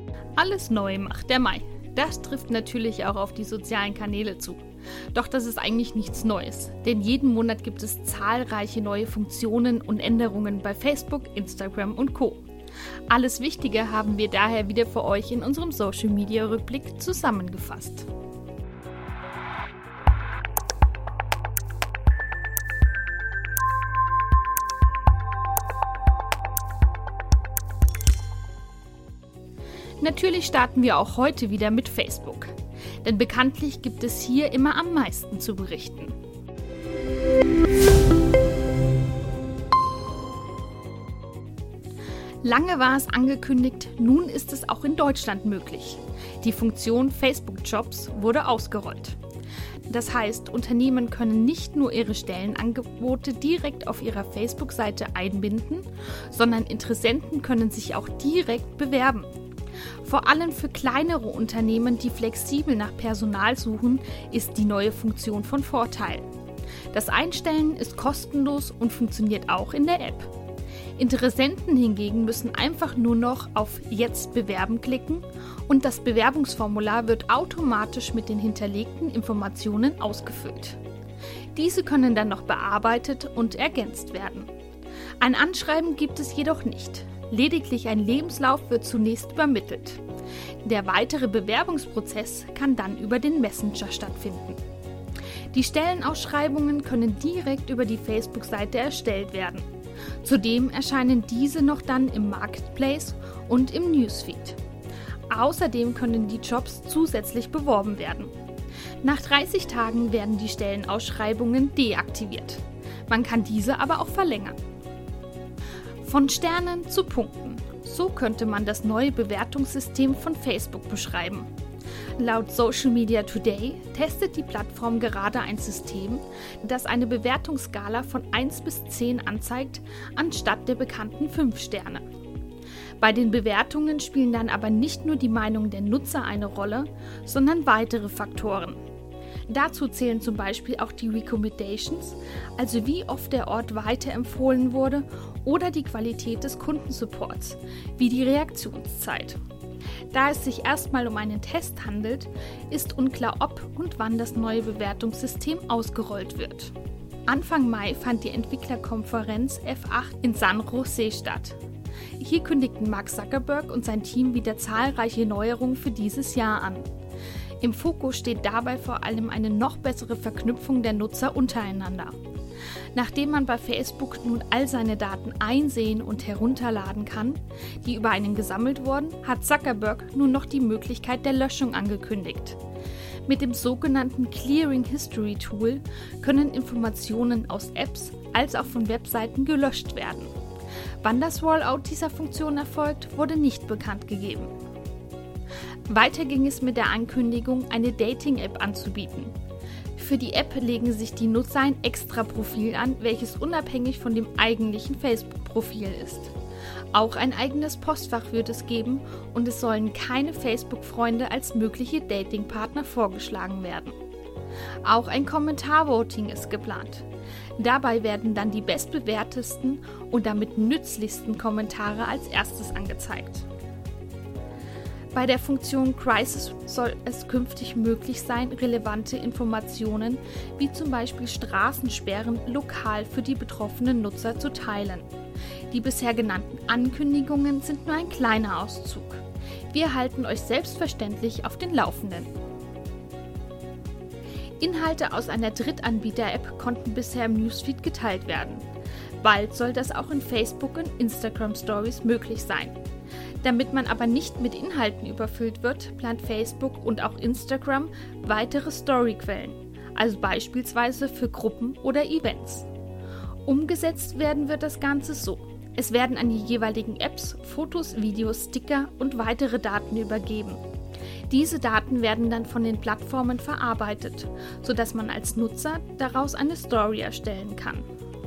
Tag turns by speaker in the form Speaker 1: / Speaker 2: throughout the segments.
Speaker 1: Alles neu macht der Mai. Das trifft natürlich auch auf die sozialen Kanäle zu. Doch das ist eigentlich nichts Neues, denn jeden Monat gibt es zahlreiche neue Funktionen und Änderungen bei Facebook, Instagram und Co. Alles Wichtige haben wir daher wieder für euch in unserem Social Media Rückblick zusammengefasst. Natürlich starten wir auch heute wieder mit Facebook, denn bekanntlich gibt es hier immer am meisten zu berichten. Lange war es angekündigt, nun ist es auch in Deutschland möglich. Die Funktion Facebook Jobs wurde ausgerollt. Das heißt, Unternehmen können nicht nur ihre Stellenangebote direkt auf ihrer Facebook-Seite einbinden, sondern Interessenten können sich auch direkt bewerben. Vor allem für kleinere Unternehmen, die flexibel nach Personal suchen, ist die neue Funktion von Vorteil. Das Einstellen ist kostenlos und funktioniert auch in der App. Interessenten hingegen müssen einfach nur noch auf Jetzt bewerben klicken und das Bewerbungsformular wird automatisch mit den hinterlegten Informationen ausgefüllt. Diese können dann noch bearbeitet und ergänzt werden. Ein Anschreiben gibt es jedoch nicht. Lediglich ein Lebenslauf wird zunächst übermittelt. Der weitere Bewerbungsprozess kann dann über den Messenger stattfinden. Die Stellenausschreibungen können direkt über die Facebook-Seite erstellt werden. Zudem erscheinen diese noch dann im Marketplace und im Newsfeed. Außerdem können die Jobs zusätzlich beworben werden. Nach 30 Tagen werden die Stellenausschreibungen deaktiviert. Man kann diese aber auch verlängern. Von Sternen zu Punkten. So könnte man das neue Bewertungssystem von Facebook beschreiben. Laut Social Media Today testet die Plattform gerade ein System, das eine Bewertungsskala von 1 bis 10 anzeigt, anstatt der bekannten 5 Sterne. Bei den Bewertungen spielen dann aber nicht nur die Meinung der Nutzer eine Rolle, sondern weitere Faktoren. Dazu zählen zum Beispiel auch die Recommendations, also wie oft der Ort weiterempfohlen wurde, oder die Qualität des Kundensupports, wie die Reaktionszeit. Da es sich erstmal um einen Test handelt, ist unklar, ob und wann das neue Bewertungssystem ausgerollt wird. Anfang Mai fand die Entwicklerkonferenz F8 in San Jose statt. Hier kündigten Mark Zuckerberg und sein Team wieder zahlreiche Neuerungen für dieses Jahr an. Im Fokus steht dabei vor allem eine noch bessere Verknüpfung der Nutzer untereinander. Nachdem man bei Facebook nun all seine Daten einsehen und herunterladen kann, die über einen gesammelt wurden, hat Zuckerberg nun noch die Möglichkeit der Löschung angekündigt. Mit dem sogenannten Clearing History Tool können Informationen aus Apps als auch von Webseiten gelöscht werden. Wann das Rollout dieser Funktion erfolgt, wurde nicht bekannt gegeben. Weiter ging es mit der Ankündigung, eine Dating-App anzubieten. Für die App legen sich die Nutzer ein Extra-Profil an, welches unabhängig von dem eigentlichen Facebook-Profil ist. Auch ein eigenes Postfach wird es geben und es sollen keine Facebook-Freunde als mögliche Datingpartner vorgeschlagen werden. Auch ein Kommentar-Voting ist geplant. Dabei werden dann die bestbewertesten und damit nützlichsten Kommentare als erstes angezeigt. Bei der Funktion Crisis soll es künftig möglich sein, relevante Informationen wie zum Beispiel Straßensperren lokal für die betroffenen Nutzer zu teilen. Die bisher genannten Ankündigungen sind nur ein kleiner Auszug. Wir halten euch selbstverständlich auf den Laufenden. Inhalte aus einer Drittanbieter-App konnten bisher im Newsfeed geteilt werden. Bald soll das auch in Facebook und Instagram Stories möglich sein. Damit man aber nicht mit Inhalten überfüllt wird, plant Facebook und auch Instagram weitere Storyquellen, also beispielsweise für Gruppen oder Events. Umgesetzt werden wird das Ganze so. Es werden an die jeweiligen Apps Fotos, Videos, Sticker und weitere Daten übergeben. Diese Daten werden dann von den Plattformen verarbeitet, sodass man als Nutzer daraus eine Story erstellen kann.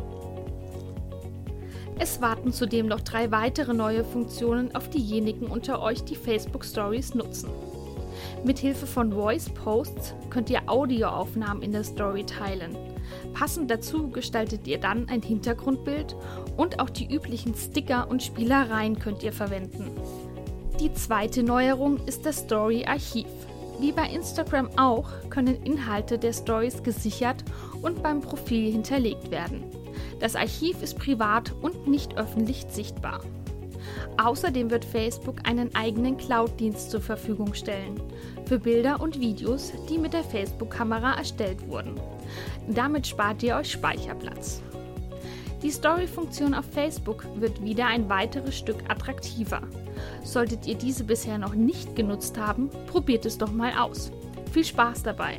Speaker 1: Es warten zudem noch 3 weitere neue Funktionen auf diejenigen unter euch, die Facebook Stories nutzen. Mithilfe von Voice Posts könnt ihr Audioaufnahmen in der Story teilen. Passend dazu gestaltet ihr dann ein Hintergrundbild und auch die üblichen Sticker und Spielereien könnt ihr verwenden. Die zweite Neuerung ist das Story-Archiv. Wie bei Instagram auch, können Inhalte der Stories gesichert und beim Profil hinterlegt werden. Das Archiv ist privat und nicht öffentlich sichtbar. Außerdem wird Facebook einen eigenen Cloud-Dienst zur Verfügung stellen für Bilder und Videos, die mit der Facebook-Kamera erstellt wurden. Damit spart ihr euch Speicherplatz. Die Story-Funktion auf Facebook wird wieder ein weiteres Stück attraktiver. Solltet ihr diese bisher noch nicht genutzt haben, probiert es doch mal aus. Viel Spaß dabei!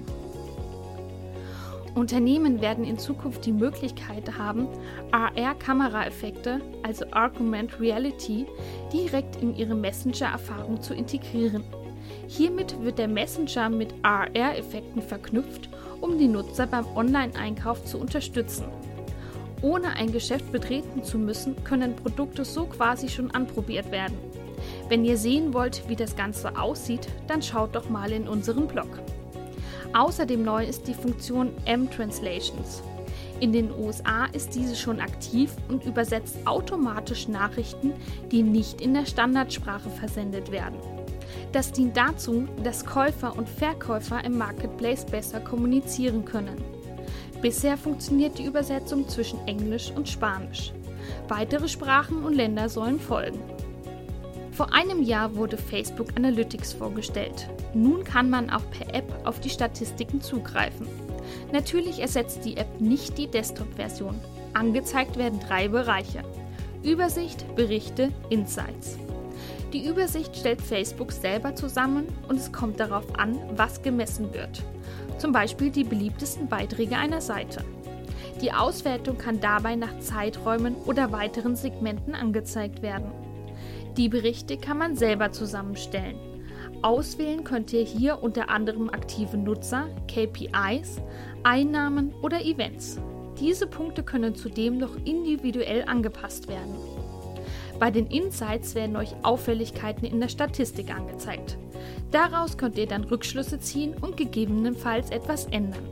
Speaker 1: Unternehmen werden in Zukunft die Möglichkeit haben, AR-Kameraeffekte, also Augmented Reality, direkt in ihre Messenger-Erfahrung zu integrieren. Hiermit wird der Messenger mit AR-Effekten verknüpft, um die Nutzer beim Online-Einkauf zu unterstützen. Ohne ein Geschäft betreten zu müssen, können Produkte so quasi schon anprobiert werden. Wenn ihr sehen wollt, wie das Ganze aussieht, dann schaut doch mal in unseren Blog. Außerdem neu ist die Funktion M-Translations. In den USA ist diese schon aktiv und übersetzt automatisch Nachrichten, die nicht in der Standardsprache versendet werden. Das dient dazu, dass Käufer und Verkäufer im Marketplace besser kommunizieren können. Bisher funktioniert die Übersetzung zwischen Englisch und Spanisch. Weitere Sprachen und Länder sollen folgen. Vor einem Jahr wurde Facebook Analytics vorgestellt. Nun kann man auch per App auf die Statistiken zugreifen. Natürlich ersetzt die App nicht die Desktop-Version. Angezeigt werden 3 Bereiche: Übersicht, Berichte, Insights. Die Übersicht stellt Facebook selber zusammen und es kommt darauf an, was gemessen wird. Zum Beispiel die beliebtesten Beiträge einer Seite. Die Auswertung kann dabei nach Zeiträumen oder weiteren Segmenten angezeigt werden. Die Berichte kann man selber zusammenstellen. Auswählen könnt ihr hier unter anderem aktive Nutzer, KPIs, Einnahmen oder Events. Diese Punkte können zudem noch individuell angepasst werden. Bei den Insights werden euch Auffälligkeiten in der Statistik angezeigt. Daraus könnt ihr dann Rückschlüsse ziehen und gegebenenfalls etwas ändern.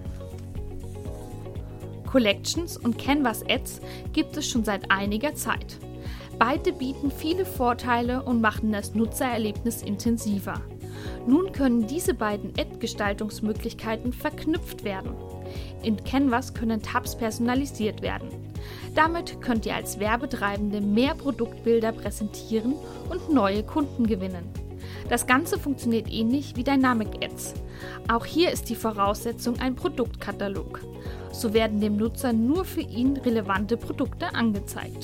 Speaker 1: Collections und Canvas Ads gibt es schon seit einiger Zeit. Beide bieten viele Vorteile und machen das Nutzererlebnis intensiver. Nun können diese beiden Ad-Gestaltungsmöglichkeiten verknüpft werden. In Canvas können Tabs personalisiert werden. Damit könnt ihr als Werbetreibende mehr Produktbilder präsentieren und neue Kunden gewinnen. Das Ganze funktioniert ähnlich wie Dynamic Ads. Auch hier ist die Voraussetzung ein Produktkatalog. So werden dem Nutzer nur für ihn relevante Produkte angezeigt.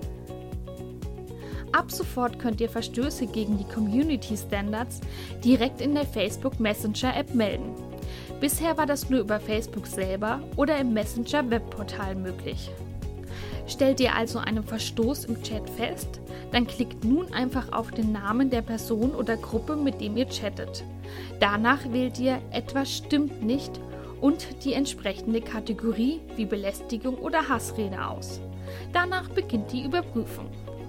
Speaker 1: Ab sofort könnt ihr Verstöße gegen die Community Standards direkt in der Facebook Messenger App melden. Bisher war das nur über Facebook selber oder im Messenger Webportal möglich. Stellt ihr also einen Verstoß im Chat fest, dann klickt nun einfach auf den Namen der Person oder Gruppe, mit dem ihr chattet. Danach wählt ihr "Etwas stimmt nicht" und die entsprechende Kategorie wie Belästigung oder Hassrede aus. Danach beginnt die Überprüfung.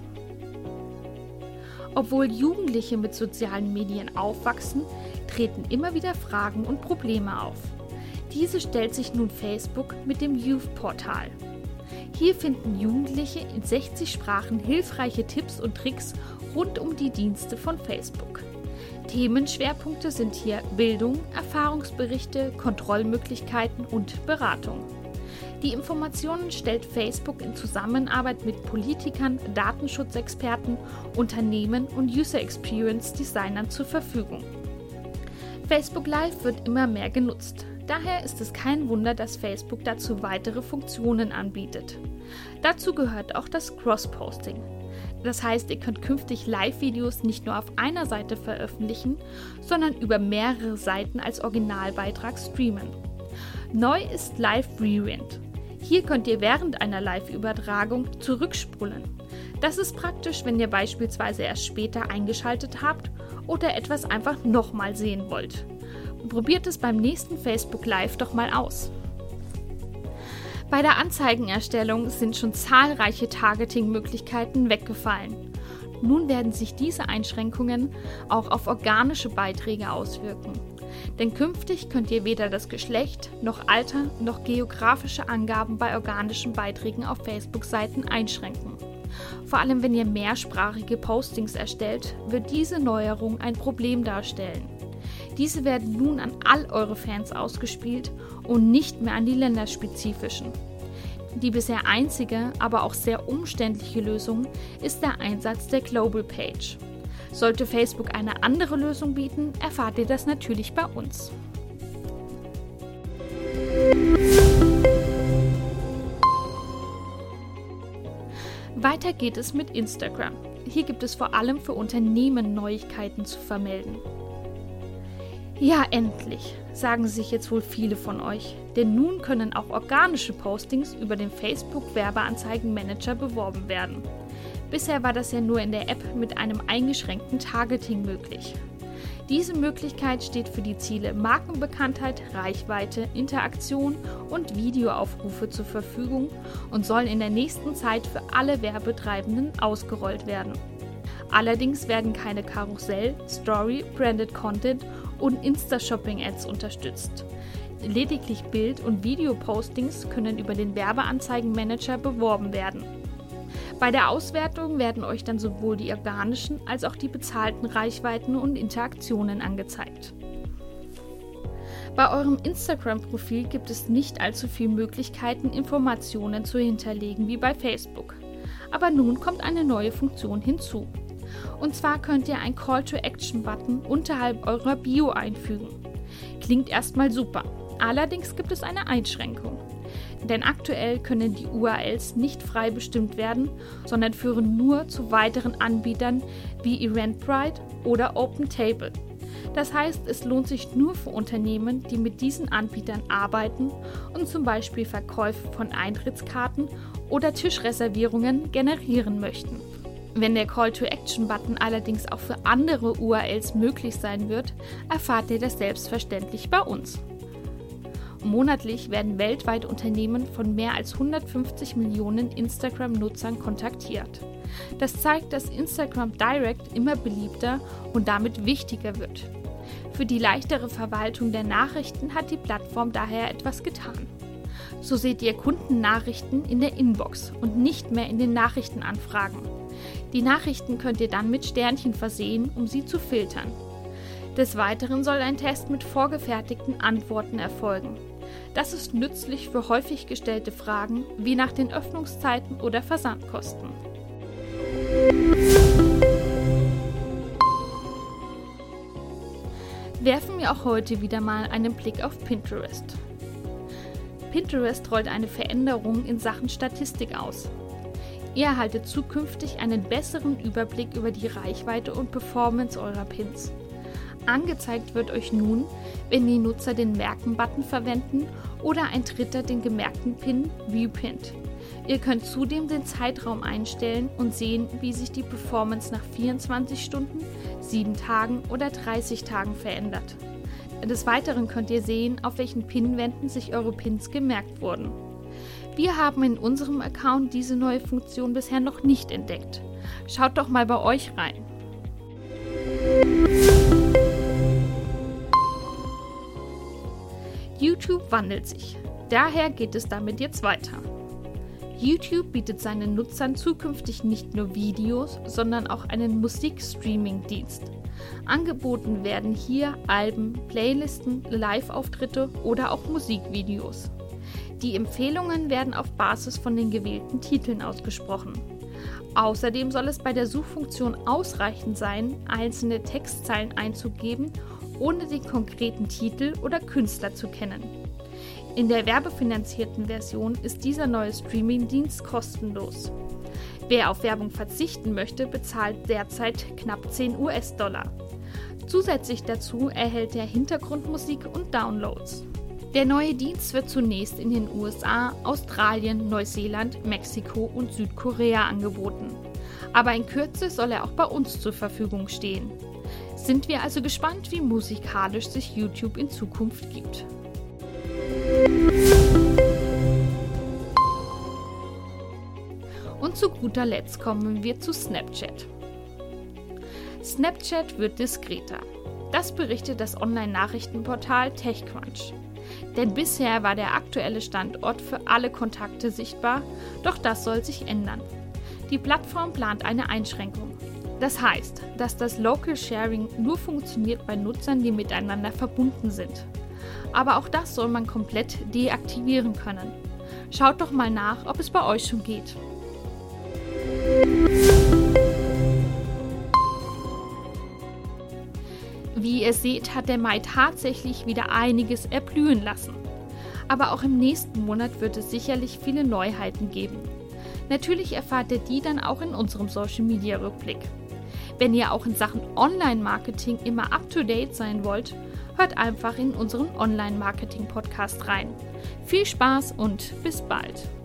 Speaker 1: Obwohl Jugendliche mit sozialen Medien aufwachsen, treten immer wieder Fragen und Probleme auf. Diese stellt sich nun Facebook mit dem Youth-Portal. Hier finden Jugendliche in 60 Sprachen hilfreiche Tipps und Tricks rund um die Dienste von Facebook. Themenschwerpunkte sind hier Bildung, Erfahrungsberichte, Kontrollmöglichkeiten und Beratung. Die Informationen stellt Facebook in Zusammenarbeit mit Politikern, Datenschutzexperten, Unternehmen und User Experience Designern zur Verfügung. Facebook Live wird immer mehr genutzt. Daher ist es kein Wunder, dass Facebook dazu weitere Funktionen anbietet. Dazu gehört auch das Cross-Posting. Das heißt, ihr könnt künftig Live-Videos nicht nur auf einer Seite veröffentlichen, sondern über mehrere Seiten als Originalbeitrag streamen. Neu ist Live Rewind. Hier könnt ihr während einer Live-Übertragung zurückspulen. Das ist praktisch, wenn ihr beispielsweise erst später eingeschaltet habt oder etwas einfach nochmal sehen wollt. Probiert es beim nächsten Facebook Live doch mal aus. Bei der Anzeigenerstellung sind schon zahlreiche Targeting-Möglichkeiten weggefallen. Nun werden sich diese Einschränkungen auch auf organische Beiträge auswirken. Denn künftig könnt ihr weder das Geschlecht, noch Alter, noch geografische Angaben bei organischen Beiträgen auf Facebook-Seiten einschränken. Vor allem wenn ihr mehrsprachige Postings erstellt, wird diese Neuerung ein Problem darstellen. Diese werden nun an all eure Fans ausgespielt und nicht mehr an die länderspezifischen. Die bisher einzige, aber auch sehr umständliche Lösung ist der Einsatz der Global Page. Sollte Facebook eine andere Lösung bieten, erfahrt ihr das natürlich bei uns. Weiter geht es mit Instagram. Hier gibt es vor allem für Unternehmen Neuigkeiten zu vermelden. Ja, endlich, sagen sich jetzt wohl viele von euch, denn nun können auch organische Postings über den Facebook-Werbeanzeigen-Manager beworben werden. Bisher war das ja nur in der App mit einem eingeschränkten Targeting möglich. Diese Möglichkeit steht für die Ziele Markenbekanntheit, Reichweite, Interaktion und Videoaufrufe zur Verfügung und soll in der nächsten Zeit für alle Werbetreibenden ausgerollt werden. Allerdings werden keine Karussell-, Story-, Branded Content und Insta-Shopping-Ads unterstützt. Lediglich Bild- und Videopostings können über den Werbeanzeigenmanager beworben werden. Bei der Auswertung werden euch dann sowohl die organischen als auch die bezahlten Reichweiten und Interaktionen angezeigt. Bei eurem Instagram-Profil gibt es nicht allzu viele Möglichkeiten, Informationen zu hinterlegen wie bei Facebook. Aber nun kommt eine neue Funktion hinzu. Und zwar könnt ihr einen Call-to-Action-Button unterhalb eurer Bio einfügen. Klingt erstmal super, allerdings gibt es eine Einschränkung. Denn aktuell können die URLs nicht frei bestimmt werden, sondern führen nur zu weiteren Anbietern wie Eventbrite oder OpenTable. Das heißt, es lohnt sich nur für Unternehmen, die mit diesen Anbietern arbeiten und zum Beispiel Verkäufe von Eintrittskarten oder Tischreservierungen generieren möchten. Wenn der Call-to-Action-Button allerdings auch für andere URLs möglich sein wird, erfahrt ihr das selbstverständlich bei uns. Monatlich werden weltweit Unternehmen von mehr als 150 Millionen Instagram-Nutzern kontaktiert. Das zeigt, dass Instagram Direct immer beliebter und damit wichtiger wird. Für die leichtere Verwaltung der Nachrichten hat die Plattform daher etwas getan. So seht ihr Kundennachrichten in der Inbox und nicht mehr in den Nachrichtenanfragen. Die Nachrichten könnt ihr dann mit Sternchen versehen, um sie zu filtern. Des Weiteren soll ein Test mit vorgefertigten Antworten erfolgen. Das ist nützlich für häufig gestellte Fragen wie nach den Öffnungszeiten oder Versandkosten. Werfen wir auch heute wieder mal einen Blick auf Pinterest. Pinterest rollt eine Veränderung in Sachen Statistik aus. Ihr erhaltet zukünftig einen besseren Überblick über die Reichweite und Performance eurer Pins. Angezeigt wird euch nun, wenn die Nutzer den Merken-Button verwenden oder ein Dritter den gemerkten Pin viewpinned. Ihr könnt zudem den Zeitraum einstellen und sehen, wie sich die Performance nach 24 Stunden, 7 Tagen oder 30 Tagen verändert. Des Weiteren könnt ihr sehen, auf welchen Pinwänden sich eure Pins gemerkt wurden. Wir haben in unserem Account diese neue Funktion bisher noch nicht entdeckt. Schaut doch mal bei euch rein. YouTube wandelt sich. Daher geht es damit jetzt weiter. YouTube bietet seinen Nutzern zukünftig nicht nur Videos, sondern auch einen Musikstreaming-Dienst. Angeboten werden hier Alben, Playlisten, Live-Auftritte oder auch Musikvideos. Die Empfehlungen werden auf Basis von den gewählten Titeln ausgesprochen. Außerdem soll es bei der Suchfunktion ausreichend sein, einzelne Textzeilen einzugeben, ohne den konkreten Titel oder Künstler zu kennen. In der werbefinanzierten Version ist dieser neue Streaming-Dienst kostenlos. Wer auf Werbung verzichten möchte, bezahlt derzeit knapp 10 US-Dollar. Zusätzlich dazu erhält er Hintergrundmusik und Downloads. Der neue Dienst wird zunächst in den USA, Australien, Neuseeland, Mexiko und Südkorea angeboten. Aber in Kürze soll er auch bei uns zur Verfügung stehen. Sind wir also gespannt, wie musikalisch sich YouTube in Zukunft gibt. Und zu guter Letzt kommen wir zu Snapchat. Snapchat wird diskreter. Das berichtet das Online-Nachrichtenportal TechCrunch. Denn bisher war der aktuelle Standort für alle Kontakte sichtbar, doch das soll sich ändern. Die Plattform plant eine Einschränkung. Das heißt, dass das Local Sharing nur funktioniert bei Nutzern, die miteinander verbunden sind. Aber auch das soll man komplett deaktivieren können. Schaut doch mal nach, ob es bei euch schon geht. Wie ihr seht, hat der Mai tatsächlich wieder einiges erblühen lassen. Aber auch im nächsten Monat wird es sicherlich viele Neuheiten geben. Natürlich erfahrt ihr die dann auch in unserem Social-Media-Rückblick. Wenn ihr auch in Sachen Online-Marketing immer up-to-date sein wollt, hört einfach in unseren Online-Marketing-Podcast rein. Viel Spaß und bis bald!